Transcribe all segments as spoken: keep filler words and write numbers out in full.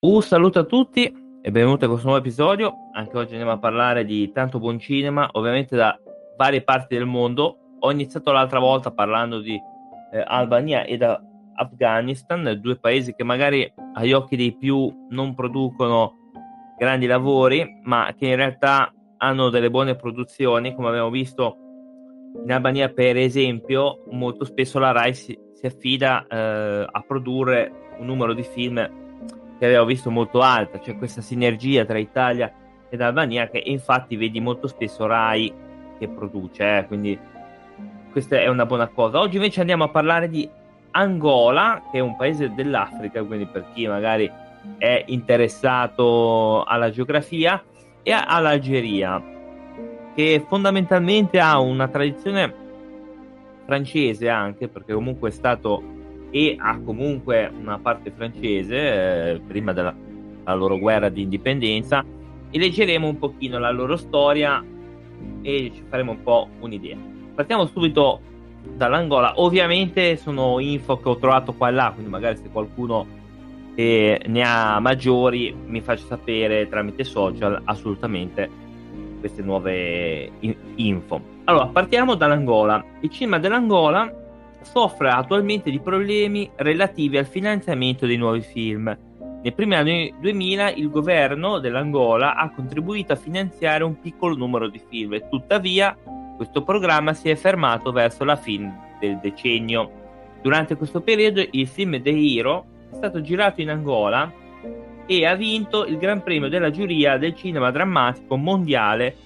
Un saluto a tutti e benvenuti a questo nuovo episodio. Anche oggi andiamo a parlare di tanto buon cinema, ovviamente da varie parti del mondo. Ho iniziato l'altra volta parlando di eh, Albania e da Afghanistan, due paesi che magari agli occhi dei più non producono grandi lavori, ma che in realtà hanno delle buone produzioni. Come abbiamo visto in Albania, per esempio, molto spesso la Rai si, si affida eh, a produrre un numero di film che avevo visto molto alta. C'è questa sinergia tra Italia ed Albania che infatti vedi molto spesso Rai che produce, eh, quindi questa è una buona cosa. Oggi invece andiamo a parlare di Angola, che è un paese dell'Africa, quindi per chi magari è interessato alla geografia, e all'Algeria, che fondamentalmente ha una tradizione francese anche, perché comunque è stato e ha comunque una parte francese eh, prima della loro guerra di indipendenza, e leggeremo un pochino la loro storia e ci faremo un po' un'idea. Partiamo subito dall'Angola. Ovviamente sono info che ho trovato qua e là, quindi magari se qualcuno eh, ne ha maggiori mi faccia sapere tramite social assolutamente queste nuove in- info. Allora, partiamo dall'Angola. Il cinema dell'Angola soffre attualmente di problemi relativi al finanziamento dei nuovi film. Nei primi anni duemila il governo dell'Angola ha contribuito a finanziare un piccolo numero di film, e tuttavia questo programma si è fermato verso la fine del decennio. Durante questo periodo il film The Hero è stato girato in Angola e ha vinto il Gran Premio della giuria del cinema drammatico mondiale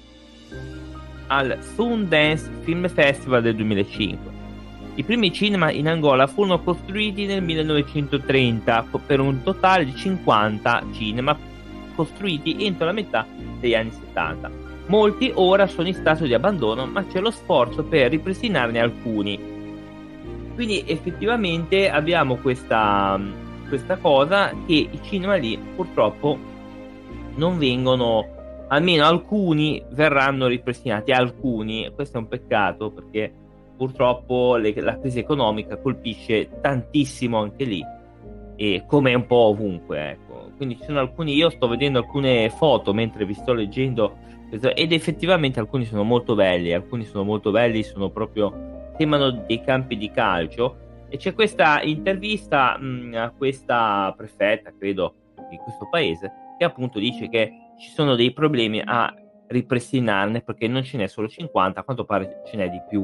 al Sundance Film Festival del duemilacinque. I primi cinema in Angola furono costruiti nel millenovecentotrenta per un totale di cinquanta cinema costruiti entro la metà degli anni settanta. Molti ora sono in stato di abbandono, ma c'è lo sforzo per ripristinarne alcuni. Quindi effettivamente abbiamo questa, questa cosa che i cinema lì purtroppo non vengono, almeno alcuni verranno ripristinati, alcuni, questo è un peccato perché purtroppo le, la crisi economica colpisce tantissimo anche lì, e come un po' ovunque, ecco. Quindi ci sono alcuni, io sto vedendo alcune foto mentre vi sto leggendo ed effettivamente alcuni sono molto belli, alcuni sono molto belli, sono proprio, sembrano dei campi di calcio. E c'è questa intervista mh, a questa prefetta, credo, di questo paese, che appunto dice che ci sono dei problemi a ripristinarne perché non ce n'è solo cinquanta, a quanto pare ce n'è di più.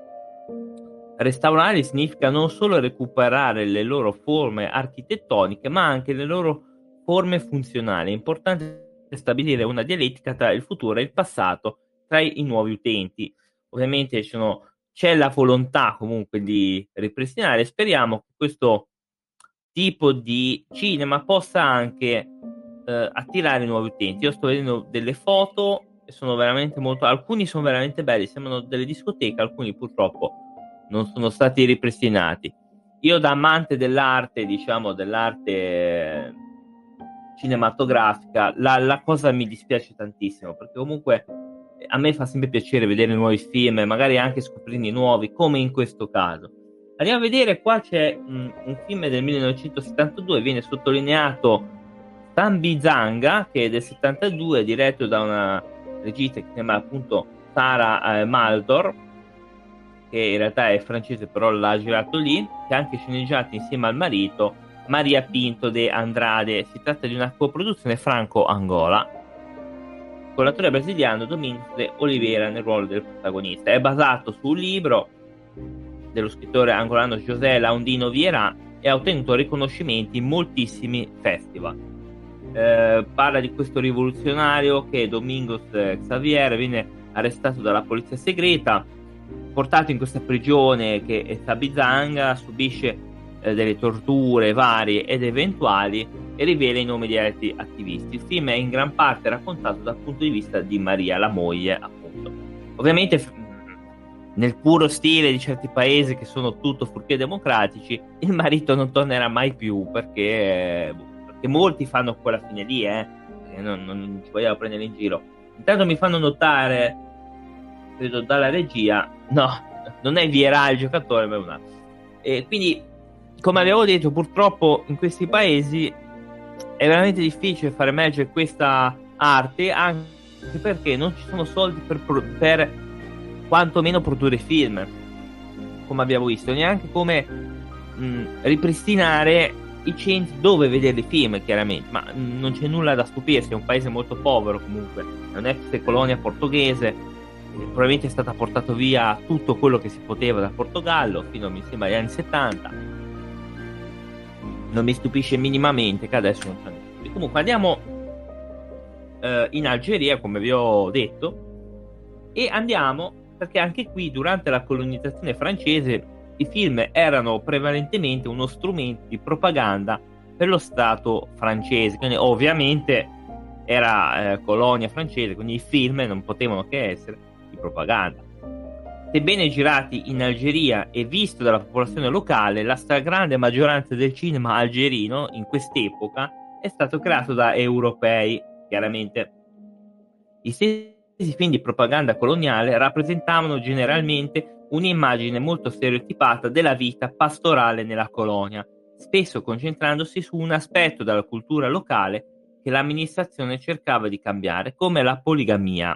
Restaurare significa non solo recuperare le loro forme architettoniche, ma anche le loro forme funzionali. È importante stabilire una dialettica tra il futuro e il passato, tra i nuovi utenti. Ovviamente sono, c'è la volontà comunque di ripristinare. Speriamo che questo tipo di cinema possa anche eh, attirare nuovi utenti. Io sto vedendo delle foto e sono veramente molto, alcuni sono veramente belli, sembrano delle discoteche, alcuni purtroppo non sono stati ripristinati. Io da amante dell'arte, diciamo dell'arte eh, cinematografica, la, la cosa mi dispiace tantissimo, perché comunque eh, a me fa sempre piacere vedere nuovi film e magari anche scoprirne nuovi, come in questo caso. Andiamo a vedere, qua c'è um, un film del millenovecentosettantadue, viene sottolineato Tambizanga, che è del settantadue, diretto da una regista che si chiama appunto Sara eh, Maldor, che in realtà è francese però l'ha girato lì, che ha anche sceneggiato insieme al marito Maria Pinto de Andrade. Si tratta di una coproduzione franco-angola con l'attore brasiliano Domingos de Oliveira nel ruolo del protagonista. È basato su un libro dello scrittore angolano José Laundino Vieira e ha ottenuto riconoscimenti in moltissimi festival. Eh, parla di questo rivoluzionario che Domingos Xavier viene arrestato dalla polizia segreta, portato in questa prigione che è Tambizanga, subisce eh, delle torture varie ed eventuali e rivela i nomi di altri attivisti. Il film è in gran parte raccontato dal punto di vista di Maria, la moglie, appunto. Ovviamente f- nel puro stile di certi paesi che sono tutto fuorché democratici, il marito non tornerà mai più perché, perché molti fanno quella fine lì, eh. Non, non, non ci vogliamo prendere in giro. Intanto mi fanno notare, credo dalla regia, no, non è Vieira il giocatore, ma è un altro. E quindi, come avevo detto, purtroppo in questi paesi è veramente difficile far emergere questa arte, anche perché non ci sono soldi per, pro- per quantomeno produrre film, come abbiamo visto, neanche come mh, ripristinare i centri dove vedere i film, chiaramente, ma mh, non c'è nulla da stupirsi, è un paese molto povero comunque, è un'ex colonia portoghese, e probabilmente è stata portato via tutto quello che si poteva dal Portogallo fino, mi sembra, agli anni settanta. Non mi stupisce minimamente che adesso non c'è nessuno. Comunque andiamo eh, in Algeria, come vi ho detto, e andiamo perché anche qui durante la colonizzazione francese i film erano prevalentemente uno strumento di propaganda per lo Stato francese, quindi ovviamente era eh, colonia francese, quindi i film non potevano che essere di propaganda. Sebbene girati in Algeria e visto dalla popolazione locale, la stragrande maggioranza del cinema algerino in quest'epoca è stato creato da europei, chiaramente. I stessi film di propaganda coloniale rappresentavano generalmente un'immagine molto stereotipata della vita pastorale nella colonia, spesso concentrandosi su un aspetto della cultura locale che l'amministrazione cercava di cambiare, come la poligamia.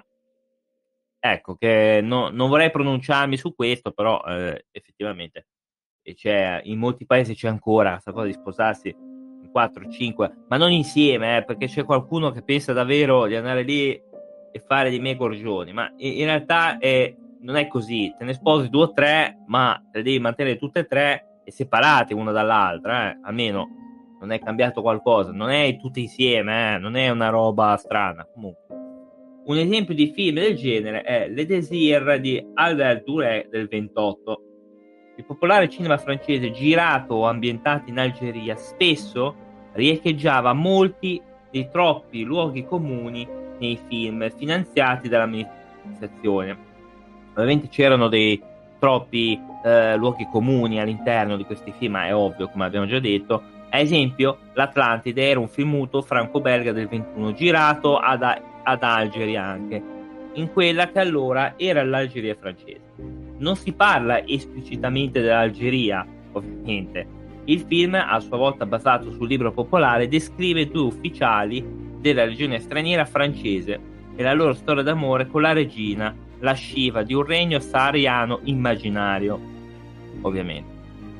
Ecco, che no, non vorrei pronunciarmi su questo, però eh, effettivamente c'è, in molti paesi c'è ancora questa cosa di sposarsi in quattro cinque, ma non insieme, eh, perché c'è qualcuno che pensa davvero di andare lì e fare dei miei gorgioni, ma in, in realtà è, non è così, te ne sposi due o tre, ma te le devi mantenere tutte e tre e separate una dall'altra, eh, almeno non è cambiato qualcosa, non è tutte insieme, eh, non è una roba strana, comunque. Un esempio di film del genere è Le Désir di Albert Duret del ventotto. Il popolare cinema francese girato o ambientato in Algeria spesso riecheggiava molti dei troppi luoghi comuni nei film finanziati dall'amministrazione. Ovviamente c'erano dei troppi eh, luoghi comuni all'interno di questi film, ma è ovvio, come abbiamo già detto. Ad esempio, L'Atlantide era un film muto franco-belga del ventuno, girato ad, ad Algeri anche, in quella che allora era l'Algeria francese. Non si parla esplicitamente dell'Algeria, ovviamente. Il film, a sua volta basato sul libro popolare, descrive due ufficiali della legione straniera francese e la loro storia d'amore con la regina, la Shiva di un regno sahariano immaginario, ovviamente.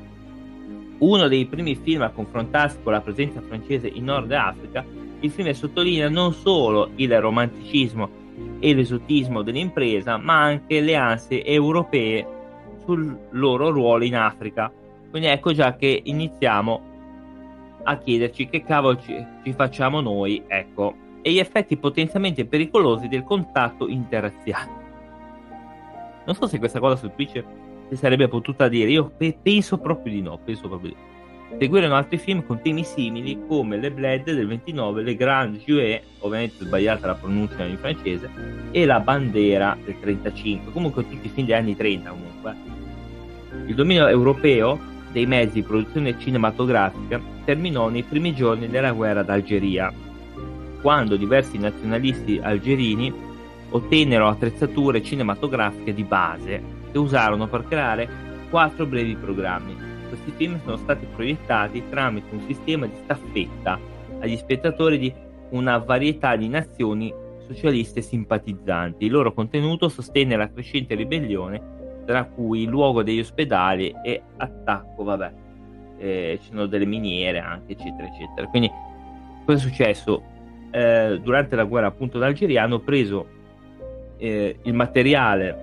Uno dei primi film a confrontarsi con la presenza francese in Nord Africa, il film sottolinea non solo il romanticismo e l'esotismo dell'impresa, ma anche le ansie europee sul loro ruolo in Africa. Quindi ecco già che iniziamo a chiederci che cavolo ci, ci facciamo noi, ecco, e gli effetti potenzialmente pericolosi del contatto interrazziale. Non so se questa cosa su Twitch si sarebbe potuta dire, io pe- penso proprio di no, penso proprio di no. Seguirono altri film con temi simili come Le Bled del ventinove, Le Grand Jouet, ovviamente sbagliata la pronuncia in francese, e La Bandera del trentacinque, comunque tutti i film degli anni trenta comunque. Il dominio europeo dei mezzi di produzione cinematografica terminò nei primi giorni della guerra d'Algeria, quando diversi nazionalisti algerini ottennero attrezzature cinematografiche di base che usarono per creare quattro brevi programmi. Questi film sono stati proiettati tramite un sistema di staffetta agli spettatori di una varietà di nazioni socialiste simpatizzanti. Il loro contenuto sostenne la crescente ribellione, tra cui il luogo degli ospedali e attacco, vabbè, eh, ci sono delle miniere anche, eccetera, eccetera. Quindi cosa è successo? Eh, durante la guerra appunto d'Algeria hanno preso eh, il materiale,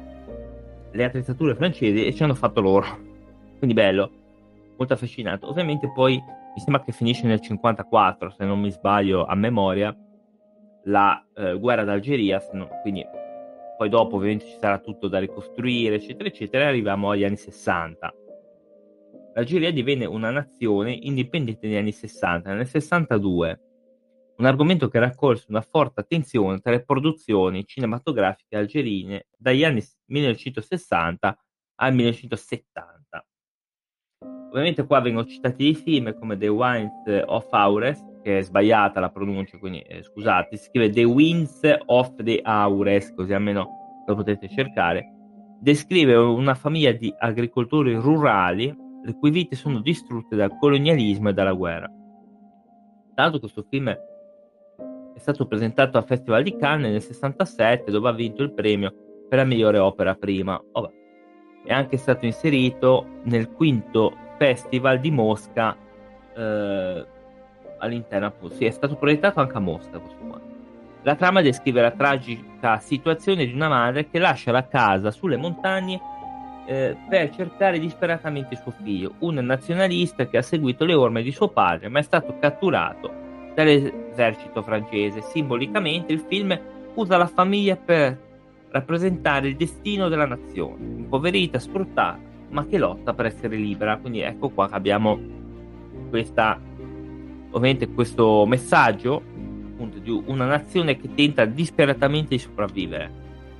le attrezzature francesi e ci hanno fatto loro. Quindi bello, molto affascinante. Ovviamente poi mi sembra che finisce nel cinquantaquattro, se non mi sbaglio a memoria, la eh, guerra d'Algeria, se no, quindi poi dopo ovviamente ci sarà tutto da ricostruire, eccetera, eccetera, e arriviamo agli anni sessanta. L'Algeria divenne una nazione indipendente negli anni sessanta. Nel sessantadue, un argomento che raccolse una forte attenzione tra le produzioni cinematografiche algerine dagli anni millenovecentosessanta al millenovecentosettanta. Ovviamente qua vengono citati dei film come The Winds of Aures, che è sbagliata la pronuncia, quindi eh, scusate, si scrive The Winds of the Aures, così almeno lo potete cercare. Descrive una famiglia di agricoltori rurali le cui vite sono distrutte dal colonialismo e dalla guerra. Tra l'altro questo film è stato presentato al Festival di Cannes nel sessantasette, dove ha vinto il premio per la migliore opera prima. Oh, è anche stato inserito nel quinto Festival di Mosca, eh, all'interno, appunto, sì, è stato proiettato anche a Mosca questo qua. La trama descrive la tragica situazione di una madre che lascia la casa sulle montagne eh, per cercare disperatamente suo figlio, un nazionalista che ha seguito le orme di suo padre, ma è stato catturato dall'esercito francese. Simbolicamente il film usa la famiglia per rappresentare il destino della nazione, impoverita, sfruttata, ma che lotta per essere libera. Quindi ecco qua che abbiamo questa, ovviamente, questo messaggio appunto di una nazione che tenta disperatamente di sopravvivere.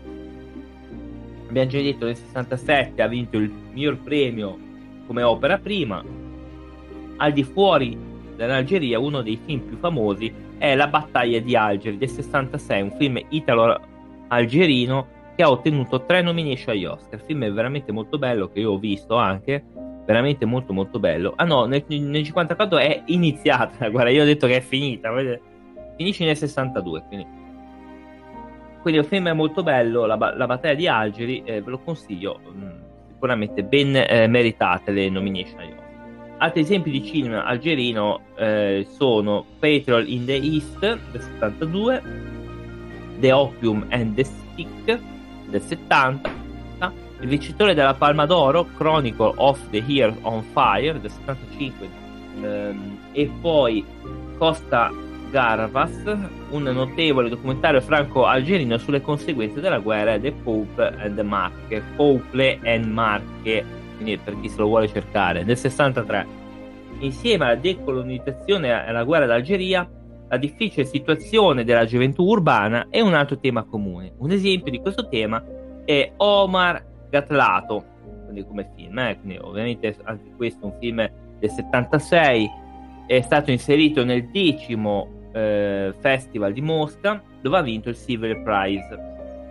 Abbiamo già detto nel sessantasette ha vinto il miglior premio come opera prima. Al di fuori dell'Algeria, uno dei film più famosi è La battaglia di Algeri del sessantasei, un film italo-algerino che ha ottenuto tre nomination agli Oscar. Il film è veramente molto bello, che io ho visto anche, veramente molto molto bello. Ah no, nel, nel cinquantaquattro è iniziata, guarda, io ho detto che è finita, finisce nel sessantadue, quindi quindi il film è molto bello. La, la battaglia di Algeri, eh, ve lo consiglio, mh, sicuramente ben eh, meritate le nomination agli Oscar. Altri esempi di cinema algerino eh, sono Patrol in the East del settantadue, The Opium and the Stick del settanta, il vincitore della Palma d'Oro Chronicle of the Year on Fire del settantacinque, ehm, e poi Costa Gavras, un notevole documentario franco-algerino sulle conseguenze della guerra, The Pope and the Marche, Pople and Marche, quindi per chi se lo vuole cercare, del sessantatré. Insieme alla decolonizzazione e alla guerra d'Algeria, la difficile situazione della gioventù urbana è un altro tema comune. Un esempio di questo tema è Omar Gatlato, quindi come film, eh? Quindi ovviamente anche questo è un film del settantasei, è stato inserito nel decimo eh, Festival di Mosca, dove ha vinto il Silver Prize.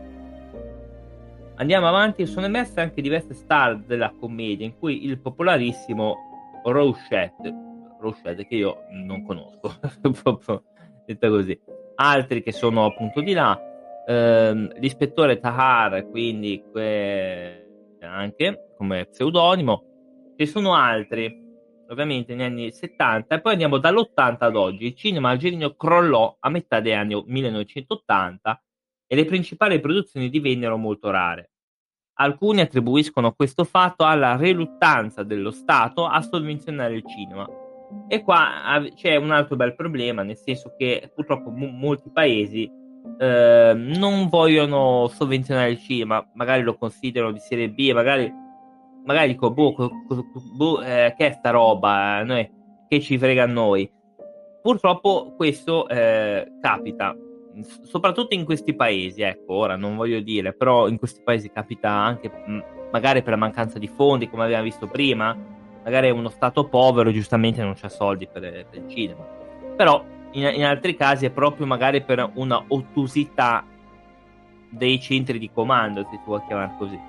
Andiamo avanti. Sono emerse anche diverse star della commedia, in cui il popolarissimo Rousset, Rousset che io non conosco, proprio detto così. Altri che sono appunto di là, ehm, l'ispettore Tahar, quindi que- anche come pseudonimo. Ci sono altri ovviamente negli anni settanta, e poi andiamo dall'ottanta ad oggi. Il cinema algerino crollò a metà degli anni millenovecentottanta e le principali produzioni divennero molto rare. Alcuni attribuiscono questo fatto alla riluttanza dello Stato a sovvenzionare il cinema. E qua c'è un altro bel problema, nel senso che purtroppo m- molti paesi eh, non vogliono sovvenzionare il cinema, magari lo considerano di serie B, magari, magari dico, boh, co- co- boh eh, che è sta roba, eh, noi, che ci frega a noi. Purtroppo questo eh, capita, soprattutto in questi paesi, ecco, ora non voglio dire, però in questi paesi capita anche mh, magari per la mancanza di fondi, come abbiamo visto prima, magari è uno stato povero, giustamente non c'ha soldi per, per il cinema, però in, in altri casi è proprio magari per una ottusità dei centri di comando, se si può chiamare così.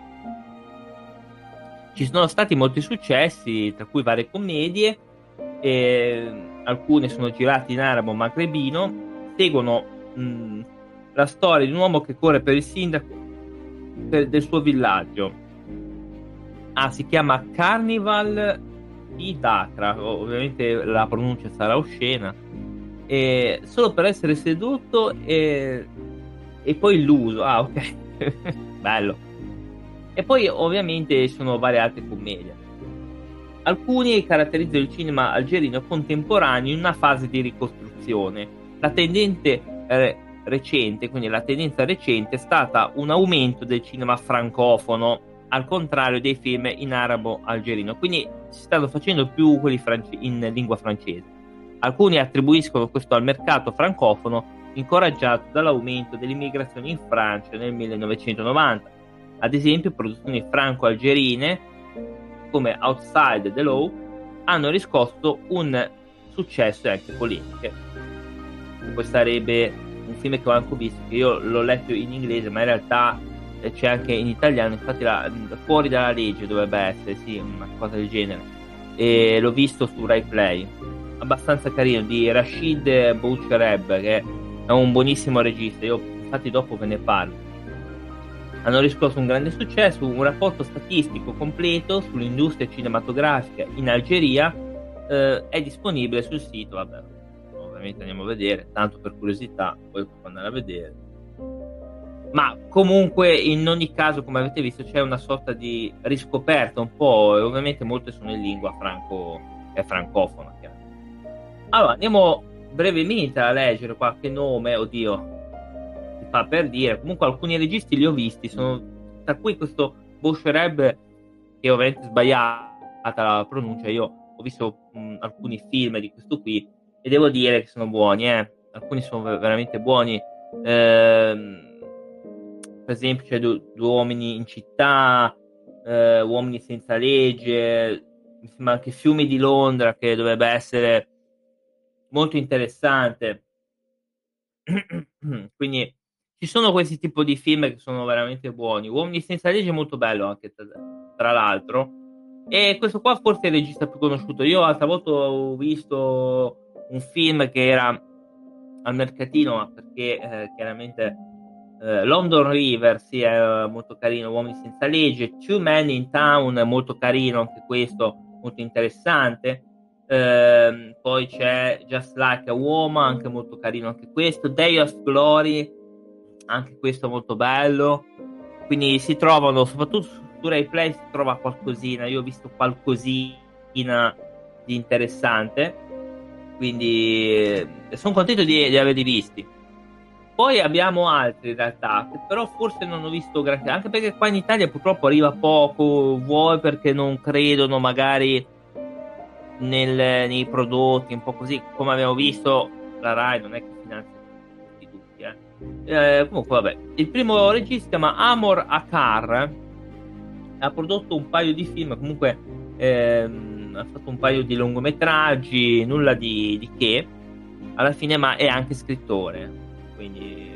Ci sono stati molti successi, tra cui varie commedie, e alcune sono girate in arabo magrebino, seguono mh, la storia di un uomo che corre per il sindaco per, del suo villaggio. Ah, si chiama Carnival di Dakar, ovviamente la pronuncia sarà oscena, e solo per essere sedotto e, e poi illuso. Ah, ok. Bello. E poi ovviamente ci sono varie altre commedie. Alcuni caratterizzano il cinema algerino contemporaneo in una fase di ricostruzione. La tendente eh, recente, quindi la tendenza recente, è stata un aumento del cinema francofono, al contrario dei film in arabo algerino. Quindi si stanno facendo più quelli france- in lingua francese. Alcuni attribuiscono questo al mercato francofono, incoraggiato dall'aumento dell'immigrazione in Francia nel millenovecentonovanta. Ad esempio, produzioni franco-algerine come Outside the Law hanno riscosso un successo e anche polemiche. Questo sarebbe un film che ho anche visto, che io l'ho letto in inglese, ma in realtà c'è anche in italiano, infatti la, Fuori dalla legge dovrebbe essere, sì, una cosa del genere, e l'ho visto su Rai Play. abbastanza carino, di Rashid Bouchereb, che è un buonissimo regista. Io infatti dopo ve ne parlo. Hanno riscosso un grande successo. Un rapporto statistico completo sull'industria cinematografica in Algeria eh, è disponibile sul sito. Vabbè, ovviamente andiamo a vedere, tanto per curiosità, poi può andare a vedere. Ma comunque in ogni caso, come avete visto, c'è una sorta di riscoperta un po', e ovviamente molte sono in lingua franco è francofona. Allora andiamo brevemente a leggere qualche nome. Oddio, si fa per dire. Comunque alcuni registi li ho visti, sono tra cui questo Bouchereb, che ovviamente è sbagliata la pronuncia. Io ho visto mh, alcuni film di questo qui e devo dire che sono buoni, eh. Alcuni sono veramente buoni. Ehm, per esempio c'è due, due uomini in città, eh, Uomini senza legge, mi sembra anche Fiumi di Londra, che dovrebbe essere molto interessante. Quindi ci sono questi tipi di film che sono veramente buoni. Uomini senza legge è molto bello anche tra, tra l'altro, e questo qua forse è il regista più conosciuto. Io l'altra volta ho visto un film che era al mercatino, perché eh, chiaramente eh, London River, sì, è molto carino. Uomini senza legge. Two Men in Town è molto carino anche questo, molto interessante. Uh, poi c'è Just Like a Woman, anche molto carino anche questo. Day of Glory, anche questo molto bello. Quindi si trovano, soprattutto su Rai Play si trova qualcosina. Io ho visto qualcosina di interessante, quindi eh, sono contento di, di averli visti. Poi abbiamo altri in realtà, che però forse non ho visto granché, anche perché qua in Italia purtroppo arriva poco, vuoi perché non credono magari Nel, nei prodotti, un po' così, come abbiamo visto. La Rai non è che finanzia tutti, tutti eh. Eh, comunque vabbè, il primo regista si chiama Amor Akar, ha prodotto un paio di film, comunque ehm, ha fatto un paio di lungometraggi, nulla di, di che alla fine, ma è anche scrittore. Quindi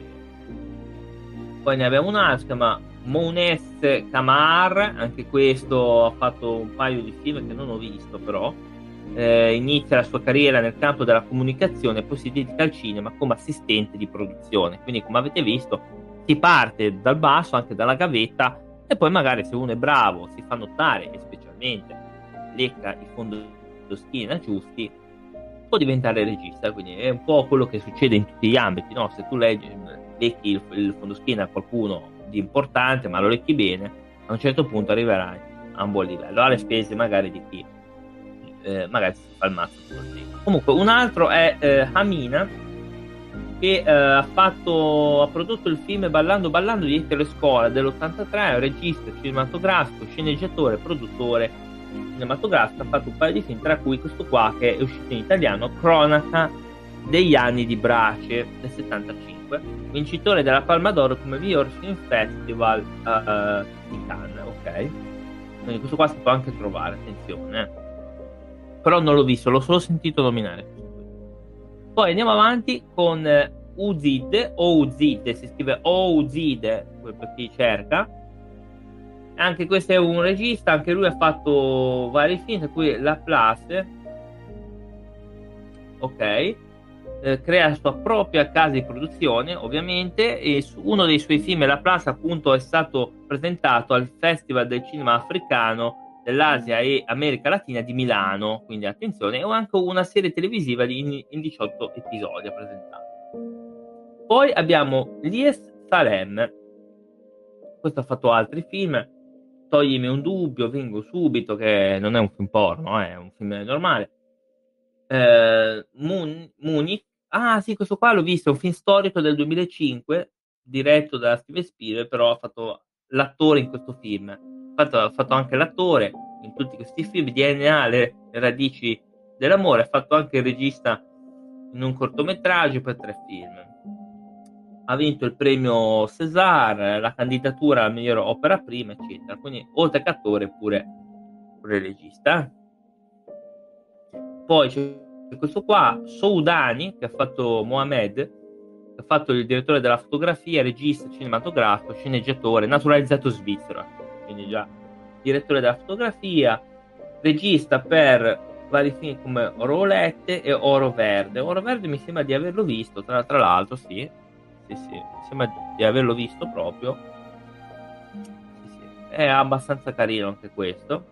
poi ne abbiamo un altro, si chiama Mounes Kamar, anche questo ha fatto un paio di film che non ho visto però. Eh, inizia la sua carriera nel campo della comunicazione e poi si dedica al cinema come assistente di produzione. Quindi, come avete visto, si parte dal basso, anche dalla gavetta, e poi magari se uno è bravo, si fa notare e specialmente lecca i fondoschina giusti, può diventare regista. Quindi è un po' quello che succede in tutti gli ambiti, no? Se tu leggi, lecchi il, il fondoschina a qualcuno di importante, ma lo lecchi bene, a un certo punto arriverai a un buon livello, alle spese magari di chi Eh, magari si fa il mazzo così. Comunque un altro è eh, Hamina, che eh, ha fatto ha prodotto il film Ballando Ballando di Ettore Scola dell'ottantatré, è un regista cinematografico, sceneggiatore, produttore cinematografico. Ha fatto un paio di film, tra cui questo qua che è uscito in italiano, Cronaca degli anni di Brace del settantacinque, vincitore della Palma d'Oro come miglior film festival uh, uh, di Cannes. Ok, quindi questo qua si può anche trovare, attenzione eh. Però non l'ho visto, l'ho solo sentito nominare. Poi andiamo avanti con eh, Uzid, o Uzid, si scrive Ouzid per chi cerca. Anche questo è un regista, anche lui ha fatto vari film, tra cui La Place. Ok, eh, crea la sua propria casa di produzione, ovviamente, e su uno dei suoi film, La Place, appunto, è stato presentato al Festival del Cinema Africano dell'Asia e America Latina di Milano, quindi attenzione, o anche una serie televisiva in, in diciotto episodi ha presentato. Poi abbiamo Lies Salem, questo ha fatto altri film, Toglimi un dubbio, Vengo subito, che non è un film porno, è un film normale. eh, Mun- Munich, ah sì, questo qua l'ho visto, è un film storico del duemilacinque diretto da Steven Spielberg, però ha fatto l'attore in questo film. Fatto, ha fatto anche l'attore in tutti questi film. D N A, le, le radici dell'amore. Ha fatto anche il regista in un cortometraggio per tre film. Ha vinto il premio César, la candidatura alla miglior opera prima, eccetera. Quindi oltre che attore pure, pure regista. Poi c'è questo qua, Soudani, che ha fatto Mohamed, che ha fatto il direttore della fotografia, regista cinematografico, sceneggiatore, naturalizzato svizzero. Quindi già direttore della fotografia, regista per vari film come Roulette e Oro Verde. Oro Verde mi sembra di averlo visto, tra, tra l'altro, sì. Sì, sì, mi sembra di averlo visto proprio. Sì, sì. È abbastanza carino anche questo.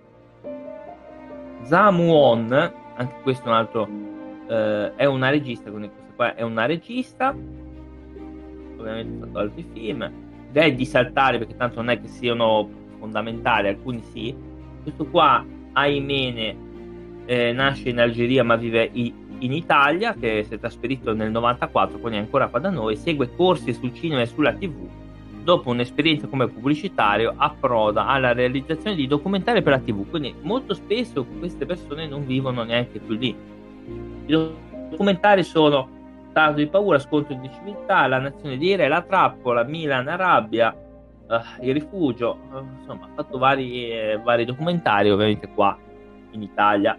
Zamuon, anche questo è un altro, eh, è una regista, quindi questo qua è una regista. Ovviamente ha fatto altri film. Direi di saltare perché tanto non è che siano fondamentali, alcuni sì. Questo qua, Aimene, eh, nasce in Algeria ma vive i- in Italia, che si è trasferito nel novantaquattro, quindi è ancora qua da noi, segue corsi sul cinema e sulla tivù. Dopo un'esperienza come pubblicitario approda alla realizzazione di documentari per la tivù, quindi molto spesso queste persone non vivono neanche più lì. I documentari sono Stato di paura, Scontro di civiltà, La nazione di Re, La trappola, Milan, Arabia, uh, Il rifugio, uh, insomma ha fatto vari, eh, vari documentari ovviamente qua in Italia.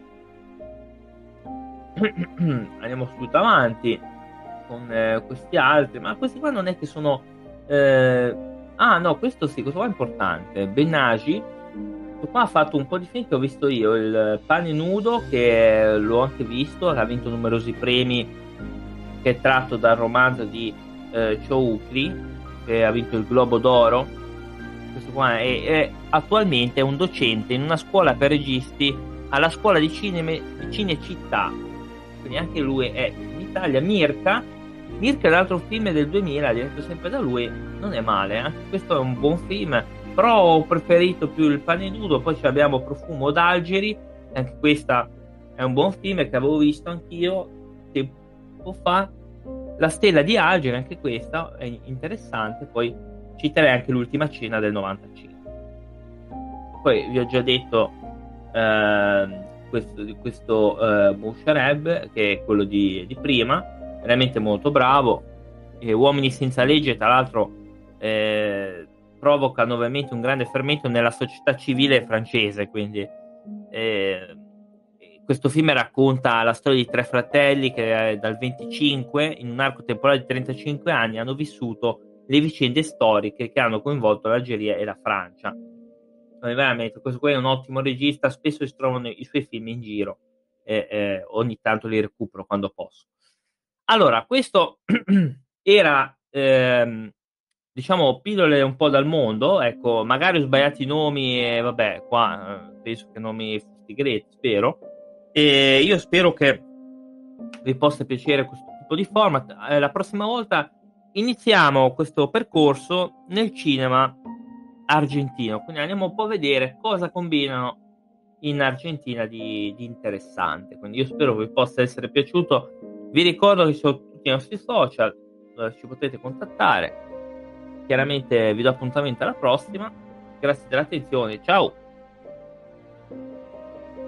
Andiamo subito avanti con eh, questi altri, ma questi qua non è che sono eh... ah no, questo sì, questo qua è importante. Benagi, questo qua ha fatto un po' di film che ho visto io, il Pane Nudo, che l'ho anche visto, ha vinto numerosi premi, che è tratto dal romanzo di eh, Choukri, che ha vinto il Globo d'Oro. Questo qua è, è attualmente è un docente in una scuola per registi alla scuola di cinema di Cinecittà, quindi anche lui è in Italia. Mirka Mirka è l'altro film del duemila, diretto sempre da lui, non è male, anche questo è un buon film, però ho preferito più Il Pane Nudo. Poi abbiamo Profumo d'Algeri, anche questo è un buon film che avevo visto anch'io tempo fa. La Stella di Algeri, anche questa è interessante. Poi citerei anche L'Ultima Cena del novantacinque. Poi vi ho già detto eh, questo, di questo eh, Mouchareb, che è quello di, di prima, veramente molto bravo. E Uomini senza legge, tra l'altro, eh, provoca nuovamente un grande fermento nella società civile francese, quindi eh, questo film racconta la storia di tre fratelli che eh, dal venticinque, in un arco temporale di trentacinque anni, hanno vissuto le vicende storiche che hanno coinvolto l'Algeria e la Francia. Quindi veramente, questo qui è un ottimo regista, spesso si trovano i suoi film in giro e eh, ogni tanto li recupero quando posso. Allora, questo era, ehm, diciamo, pillole un po' dal mondo. Ecco, magari ho sbagliato i nomi e vabbè, qua eh, penso che non mi fustigherete, spero. E io spero che vi possa piacere questo tipo di format. Eh, la prossima volta iniziamo questo percorso nel cinema argentino, quindi andiamo un po' a vedere cosa combinano in Argentina di, di interessante. Quindi io spero vi possa essere piaciuto. Vi ricordo che sono tutti i nostri social, dove ci potete contattare. Chiaramente vi do appuntamento alla prossima. Grazie dell'attenzione, ciao!